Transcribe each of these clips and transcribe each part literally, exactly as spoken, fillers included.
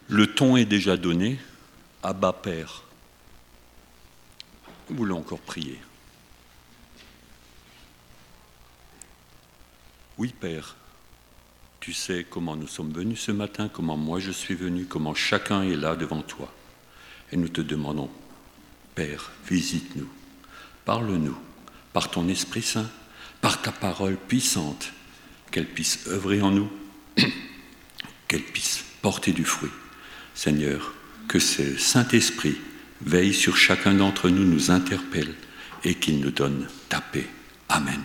Le ton est déjà donné. Abba Père. Nous voulons encore prier. Oui, Père, tu sais comment nous sommes venus ce matin, comment moi je suis venu, comment chacun est là devant toi. Et nous te demandons, Père, visite-nous, parle-nous, par ton Esprit Saint, par ta parole puissante, qu'elle puisse œuvrer en nous, qu'elle puisse porter du fruit. Seigneur, que ce Saint-Esprit veille sur chacun d'entre nous, nous interpelle et qu'il nous donne ta paix. Amen.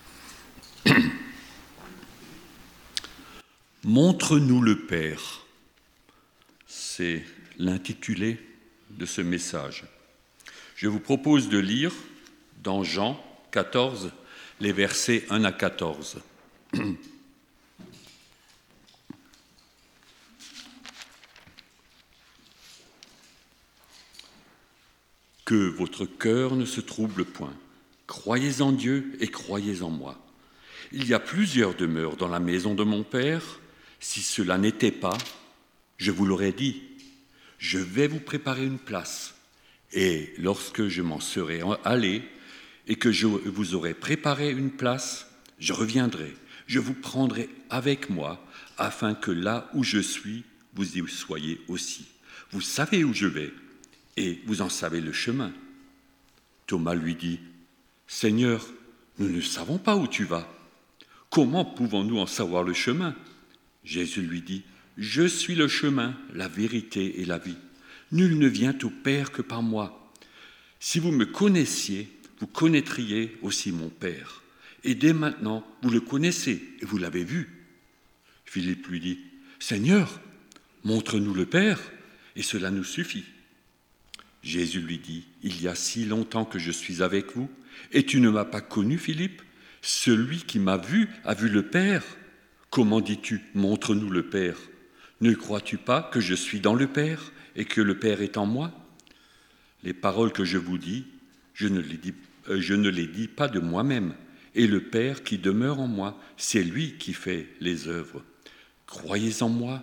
Montre-nous le Père. C'est l'intitulé de ce message. Je vous propose de lire dans Jean quatorze, les versets un à quatorze. Que votre cœur ne se trouble point. Croyez en Dieu et croyez en moi. Il y a plusieurs demeures dans la maison de mon Père. Si cela n'était pas, je vous l'aurais dit. Je vais vous préparer une place. Et lorsque je m'en serai allé et que je vous aurai préparé une place, je reviendrai. Je vous prendrai avec moi afin que là où je suis, vous y soyez aussi. Vous savez où je vais et vous en savez le chemin. Thomas lui dit, « Seigneur, nous ne savons pas où tu vas. Comment pouvons-nous en savoir le chemin ?» Jésus lui dit, « Je suis le chemin, la vérité et la vie. Nul ne vient au Père que par moi. Si vous me connaissiez, vous connaîtriez aussi mon Père. Et dès maintenant, vous le connaissez et vous l'avez vu. » Philippe lui dit, « Seigneur, montre-nous le Père, et cela nous suffit. » Jésus lui dit, « Il y a si longtemps que je suis avec vous, et tu ne m'as pas connu, Philippe? Celui qui m'a vu a vu le Père. Comment dis-tu, montre-nous le Père? Ne crois-tu pas que je suis dans le Père et que le Père est en moi? Les paroles que je vous dis, je ne les dis, euh, je ne les dis pas de moi-même, et le Père qui demeure en moi, c'est lui qui fait les œuvres. Croyez en moi.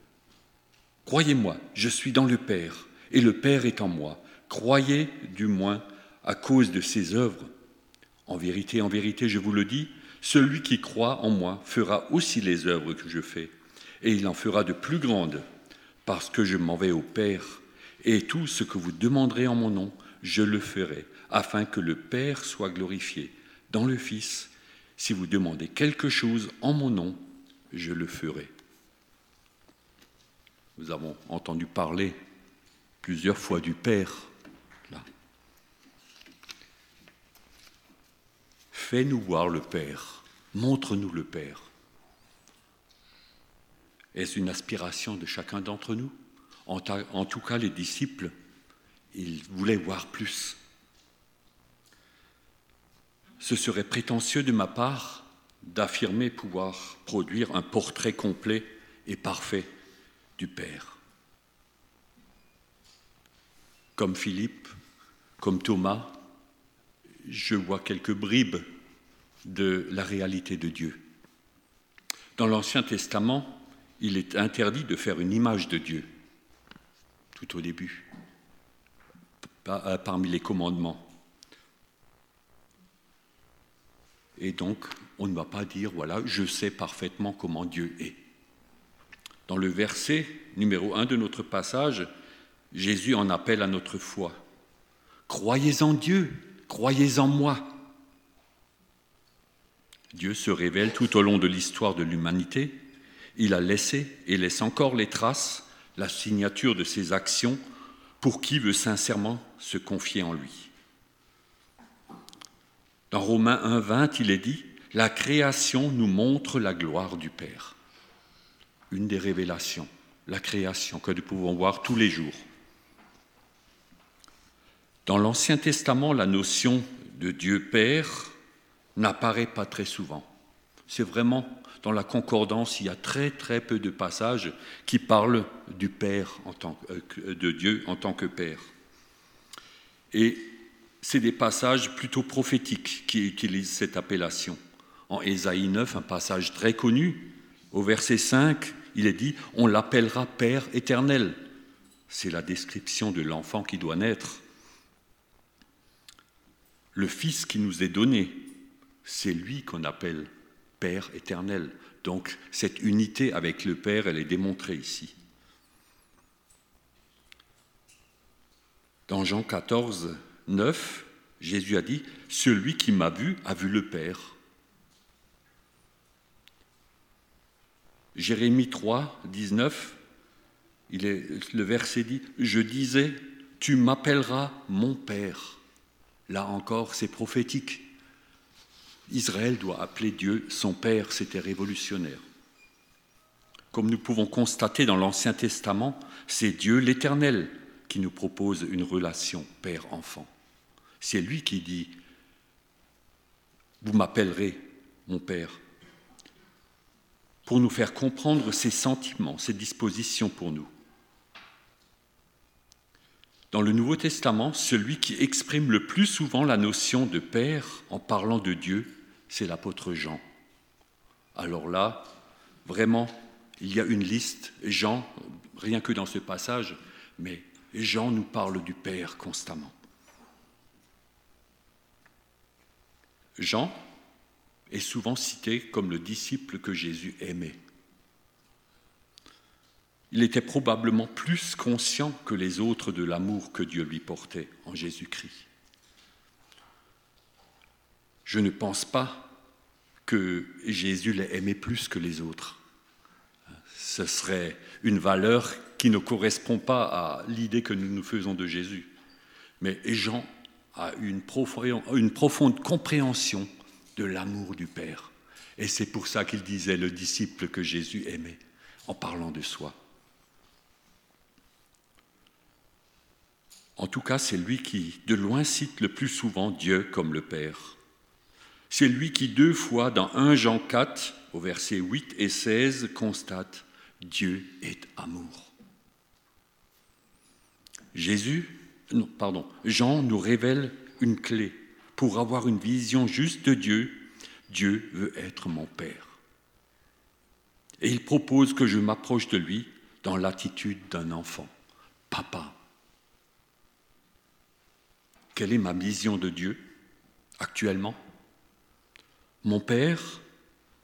Croyez-moi, je suis dans le Père, et le Père est en moi. Croyez du moins à cause de ses œuvres. En vérité, en vérité, je vous le dis, celui qui croit en moi fera aussi les œuvres que je fais, et il en fera de plus grandes, parce que je m'en vais au Père, et tout ce que vous demanderez en mon nom, je le ferai, afin que le Père soit glorifié dans le Fils. Si vous demandez quelque chose en mon nom, je le ferai. Nous avons entendu parler plusieurs fois du Père, là. Fais-nous voir le Père, montre-nous le Père. Est-ce une aspiration de chacun d'entre nous? En, ta, en tout cas, les disciples, ils voulaient voir plus. Ce serait prétentieux de ma part d'affirmer pouvoir produire un portrait complet et parfait du Père. Comme Philippe, comme Thomas, je vois quelques bribes de la réalité de Dieu. Dans l'Ancien Testament, il est interdit de faire une image de Dieu, tout au début, parmi les commandements. Et donc, on ne va pas dire, voilà, je sais parfaitement comment Dieu est. Dans le verset numéro un de notre passage, Jésus en appelle à notre foi. Croyez en Dieu, croyez en moi. Dieu se révèle tout au long de l'histoire de l'humanité. Il a laissé et laisse encore les traces, la signature de ses actions pour qui veut sincèrement se confier en lui. Dans Romains un vingt, il est dit « La création nous montre la gloire du Père ». Une des révélations, la création que nous pouvons voir tous les jours. Dans l'Ancien Testament, la notion de Dieu Père n'apparaît pas très souvent. C'est vraiment dans la concordance, il y a très très peu de passages qui parlent du Père en tant que, de Dieu en tant que Père. Et c'est des passages plutôt prophétiques qui utilisent cette appellation. En Ésaïe neuf, un passage très connu, au verset cinq, il est dit « On l'appellera Père éternel ». C'est la description de l'enfant qui doit naître. Le Fils qui nous est donné, c'est lui qu'on appelle Père éternel. Donc cette unité avec le Père, elle est démontrée ici. Dans Jean quatorze, neuf, Jésus a dit « Celui qui m'a vu a vu le Père ». Jérémie trois, dix-neuf, il est, le verset dit « Je disais, tu m'appelleras mon Père ». Là encore, c'est prophétique. Israël doit appeler Dieu son Père, c'était révolutionnaire. Comme nous pouvons constater dans l'Ancien Testament, c'est Dieu l'Éternel qui nous propose une relation père-enfant. C'est lui qui dit « Vous m'appellerez mon Père » pour nous faire comprendre ses sentiments, ses dispositions pour nous. Dans le Nouveau Testament, celui qui exprime le plus souvent la notion de Père en parlant de Dieu, c'est l'apôtre Jean. Alors là, vraiment, il y a une liste. Jean, rien que dans ce passage, mais Jean nous parle du Père constamment. Jean est souvent cité comme le disciple que Jésus aimait. Il était probablement plus conscient que les autres de l'amour que Dieu lui portait en Jésus-Christ. Je ne pense pas que Jésus l'ait aimé plus que les autres. Ce serait une valeur qui ne correspond pas à l'idée que nous nous faisons de Jésus. Mais Jean a une profonde, une profonde compréhension de l'amour du Père. Et c'est pour ça qu'il disait le disciple que Jésus aimait, en parlant de soi. En tout cas, c'est lui qui, de loin, cite le plus souvent Dieu comme le Père. C'est lui qui, deux fois, dans premier Jean quatre, au verset huit et seize, constate « Dieu est amour ». Jésus, non, pardon, Jean nous révèle une clé pour avoir une vision juste de Dieu. Dieu veut être mon Père. Et il propose que je m'approche de lui dans l'attitude d'un enfant. Papa. Quelle est ma vision de Dieu actuellement ? Mon Père, Papa ?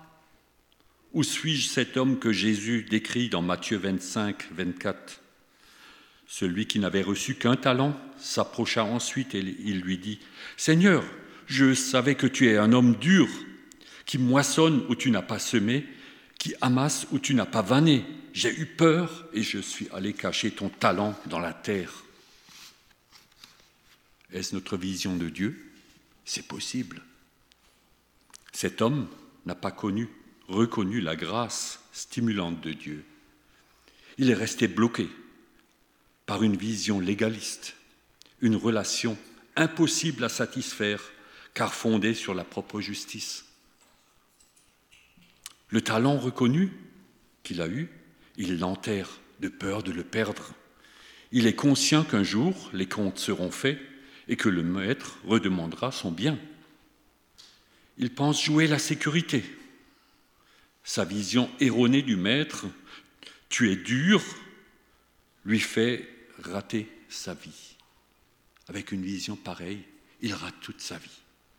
Où suis-je cet homme que Jésus décrit dans Matthieu vingt-cinq, vingt-quatre ? Celui qui n'avait reçu qu'un talent s'approcha ensuite et il lui dit « Seigneur, je savais que tu es un homme dur, qui moissonne où tu n'as pas semé, qui amasse où tu n'as pas vanné. J'ai eu peur et je suis allé cacher ton talent dans la terre. » Est-ce notre vision de Dieu ? C'est possible. Cet homme n'a pas connu, reconnu la grâce stimulante de Dieu. Il est resté bloqué par une vision légaliste, une relation impossible à satisfaire, car fondée sur la propre justice. Le talent reconnu qu'il a eu, il l'enterre de peur de le perdre. Il est conscient qu'un jour, les comptes seront faits et que le maître redemandera son bien. Il pense jouer la sécurité. Sa vision erronée du maître, « tu es dur », lui fait rater sa vie. Avec une vision pareille, il rate toute sa vie.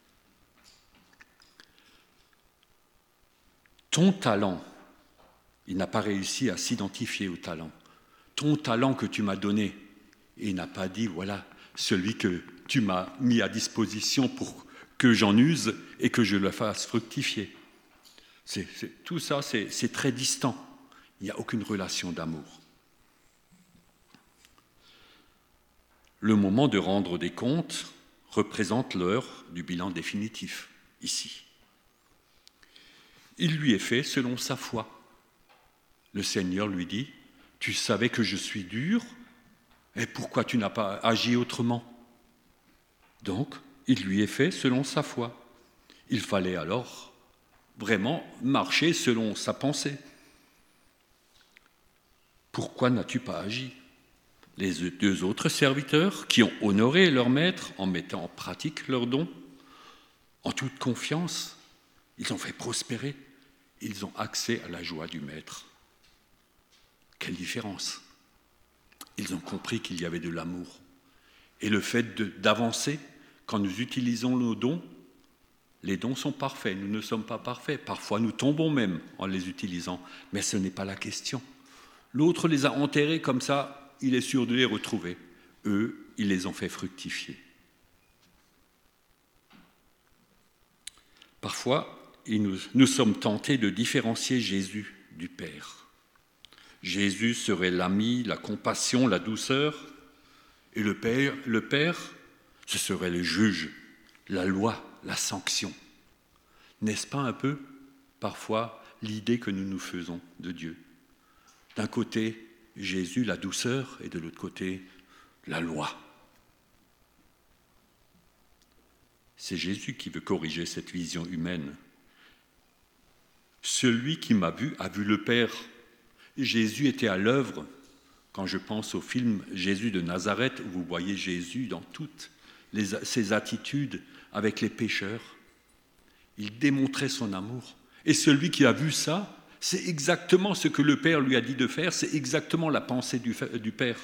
Ton talent, il n'a pas réussi à s'identifier au talent. Ton talent que tu m'as donné, et il n'a pas dit, voilà, celui que tu m'as mis à disposition pour que j'en use et que je le fasse fructifier. C'est, c'est, tout ça, c'est, c'est très distant. Il n'y a aucune relation d'amour. Le moment de rendre des comptes représente l'heure du bilan définitif, ici. Il lui est fait selon sa foi. Le Seigneur lui dit, « Tu savais que je suis dur, et pourquoi tu n'as pas agi autrement ?» Donc, il lui est fait selon sa foi. Il fallait alors vraiment marcher selon sa pensée. Pourquoi n'as-tu pas agi ? Les deux autres serviteurs qui ont honoré leur maître en mettant en pratique leurs dons, en toute confiance, ils ont fait prospérer, ils ont accès à la joie du maître. quelle différence! Ils ont compris qu'il y avait de l'amour. Et le fait de, d'avancer, quand nous utilisons nos dons, les dons sont parfaits, nous ne sommes pas parfaits. Parfois, nous tombons même en les utilisant, mais ce n'est pas la question. L'autre les a enterrés comme ça, il est sûr de les retrouver. Eux, ils les ont fait fructifier. Parfois, nous, nous sommes tentés de différencier Jésus du Père. Jésus serait l'ami, la compassion, la douceur, et le Père, le Père, ce serait le juge, la loi, la sanction. N'est-ce pas un peu, parfois, l'idée que nous nous faisons de Dieu? D'un côté, Jésus, la douceur, et de l'autre côté, la loi. C'est Jésus qui veut corriger cette vision humaine. Celui qui m'a vu a vu le Père. Jésus était à l'œuvre. Quand je pense au film Jésus de Nazareth, où vous voyez Jésus dans toutes les, ses attitudes avec les pécheurs, il démontrait son amour. Et celui qui a vu ça, c'est exactement ce que le Père lui a dit de faire, c'est exactement la pensée du, du Père.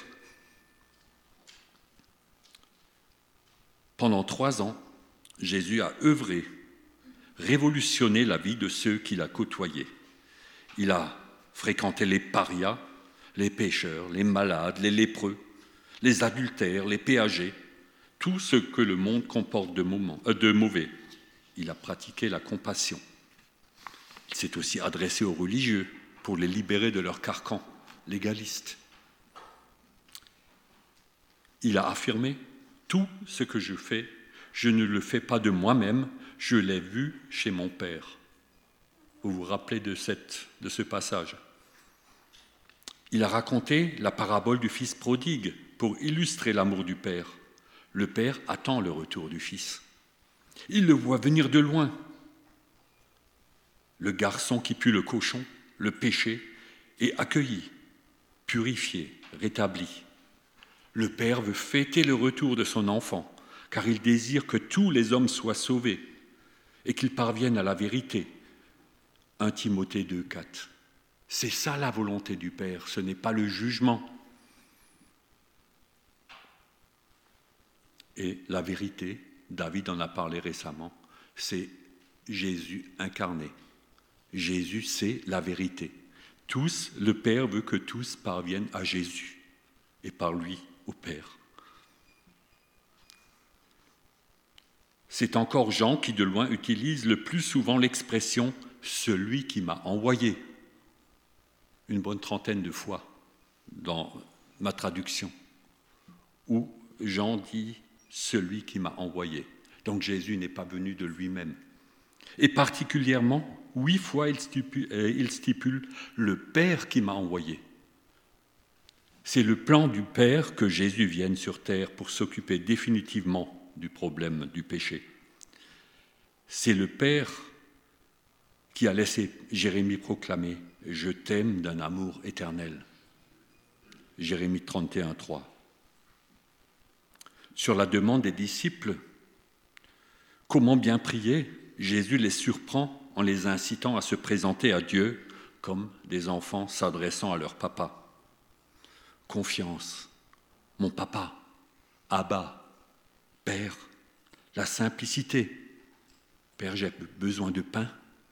Pendant trois ans, Jésus a œuvré, révolutionné la vie de ceux qu'il a côtoyés. Il a fréquenté les parias, les pécheurs, les malades, les lépreux, les adultères, les péagers, tout ce que le monde comporte de, moment, euh, de mauvais. Il a pratiqué la compassion. Il s'est aussi adressé aux religieux pour les libérer de leur carcan légaliste. Il a affirmé « Tout ce que je fais, je ne le fais pas de moi-même, je l'ai vu chez mon Père. » Vous vous rappelez de, cette, de ce passage? Il a raconté la parabole du fils prodigue pour illustrer l'amour du Père. Le Père attend le retour du Fils. Il le voit venir de loin. Le garçon qui pue le cochon, le péché, est accueilli, purifié, rétabli. Le Père veut fêter le retour de son enfant, car il désire que tous les hommes soient sauvés et qu'ils parviennent à la vérité. un Timothée deux, quatre. C'est ça la volonté du Père, ce n'est pas le jugement. Et la vérité, David en a parlé récemment, c'est Jésus incarné. Jésus, c'est la vérité. Tous, le Père veut que tous parviennent à Jésus et par lui au Père. C'est encore Jean qui, de loin, utilise le plus souvent l'expression « celui qui m'a envoyé », une bonne trentaine de fois dans ma traduction, où Jean dit « celui qui m'a envoyé ». Donc Jésus n'est pas venu de lui-même. Et particulièrement, huit fois il stipule, il stipule « le Père qui m'a envoyé ». C'est le plan du Père que Jésus vienne sur terre pour s'occuper définitivement du problème du péché. C'est le Père qui a laissé Jérémie proclamer « Je t'aime d'un amour éternel ». Jérémie trente et un, trois. Sur la demande des disciples, comment bien prier? Jésus les surprend en les incitant à se présenter à Dieu comme des enfants s'adressant à leur papa. Confiance, mon papa, Abba, Père, la simplicité. Père, j'ai besoin de pain.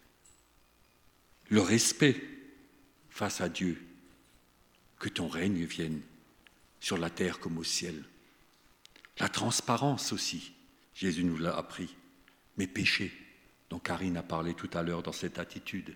Le respect face à Dieu. Que ton règne vienne sur la terre comme au ciel. La transparence aussi, Jésus nous l'a appris. Mes péchés, dont Karine a parlé tout à l'heure dans cette attitude.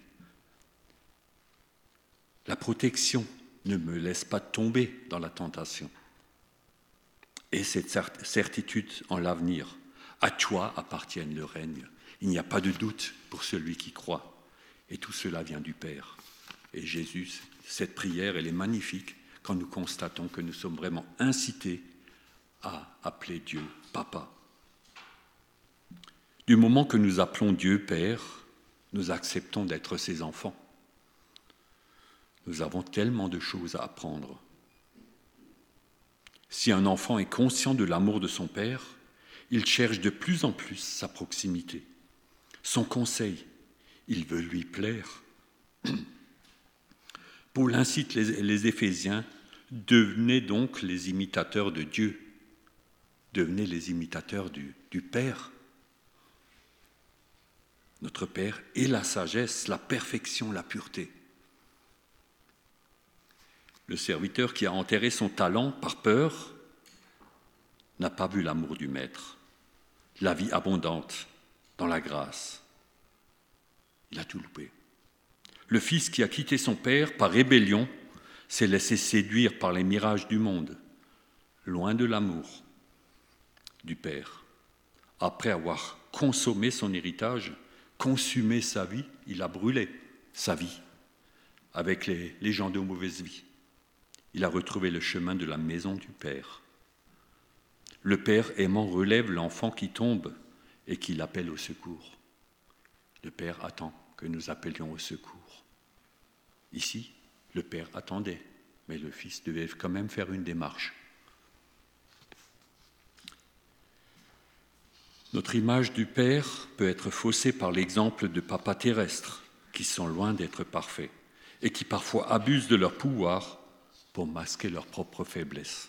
La protection, ne me laisse pas tomber dans la tentation. Et cette certitude en l'avenir, à toi appartient le règne. Il n'y a pas de doute pour celui qui croit. Et tout cela vient du Père. Et Jésus, cette prière, elle est magnifique quand nous constatons que nous sommes vraiment incités à appeler Dieu Papa. Du moment que nous appelons Dieu Père, nous acceptons d'être ses enfants. Nous avons tellement de choses à apprendre. Si un enfant est conscient de l'amour de son Père, il cherche de plus en plus sa proximité, son conseil. Il veut lui plaire. Paul incite les, les Éphésiens, devenez donc les imitateurs de Dieu, devenez les imitateurs du, du Père. Notre Père est la sagesse, la perfection, la pureté. Le serviteur qui a enterré son talent par peur n'a pas vu l'amour du Maître, la vie abondante dans la grâce. Il a tout loupé. Le fils qui a quitté son père par rébellion s'est laissé séduire par les mirages du monde, loin de l'amour du père. Après avoir consommé son héritage, consumé sa vie, il a brûlé sa vie avec les, les gens de mauvaise vie. Il a retrouvé le chemin de la maison du Père. Le Père aimant relève l'enfant qui tombe et qui l'appelle au secours. Le Père attend que nous appelions au secours. Ici, le Père attendait, mais le Fils devait quand même faire une démarche. Notre image du Père peut être faussée par l'exemple de papas terrestres qui sont loin d'être parfaits et qui parfois abusent de leur pouvoir pour masquer leur propre faiblesse.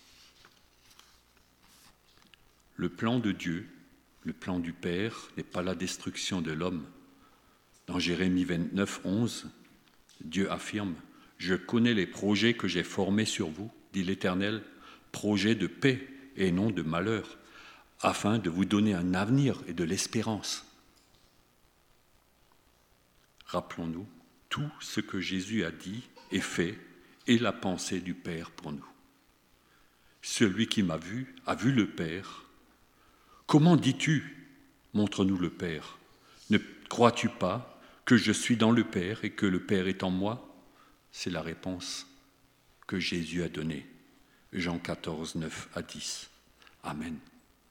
Le plan de Dieu, le plan du Père, n'est pas la destruction de l'homme. Dans Jérémie vingt-neuf, onze, Dieu affirme « Je connais les projets que j'ai formés sur vous, dit l'Éternel, projets de paix et non de malheur, afin de vous donner un avenir et de l'espérance. » Rappelons-nous, tout ce que Jésus a dit et fait est la pensée du Père pour nous. Celui qui m'a vu a vu le Père. Comment dis-tu, montre-nous le Père? Ne crois-tu pas que je suis dans le Père et que le Père est en moi? C'est la réponse que Jésus a donnée. Jean quatorze, neuf à dix. Amen.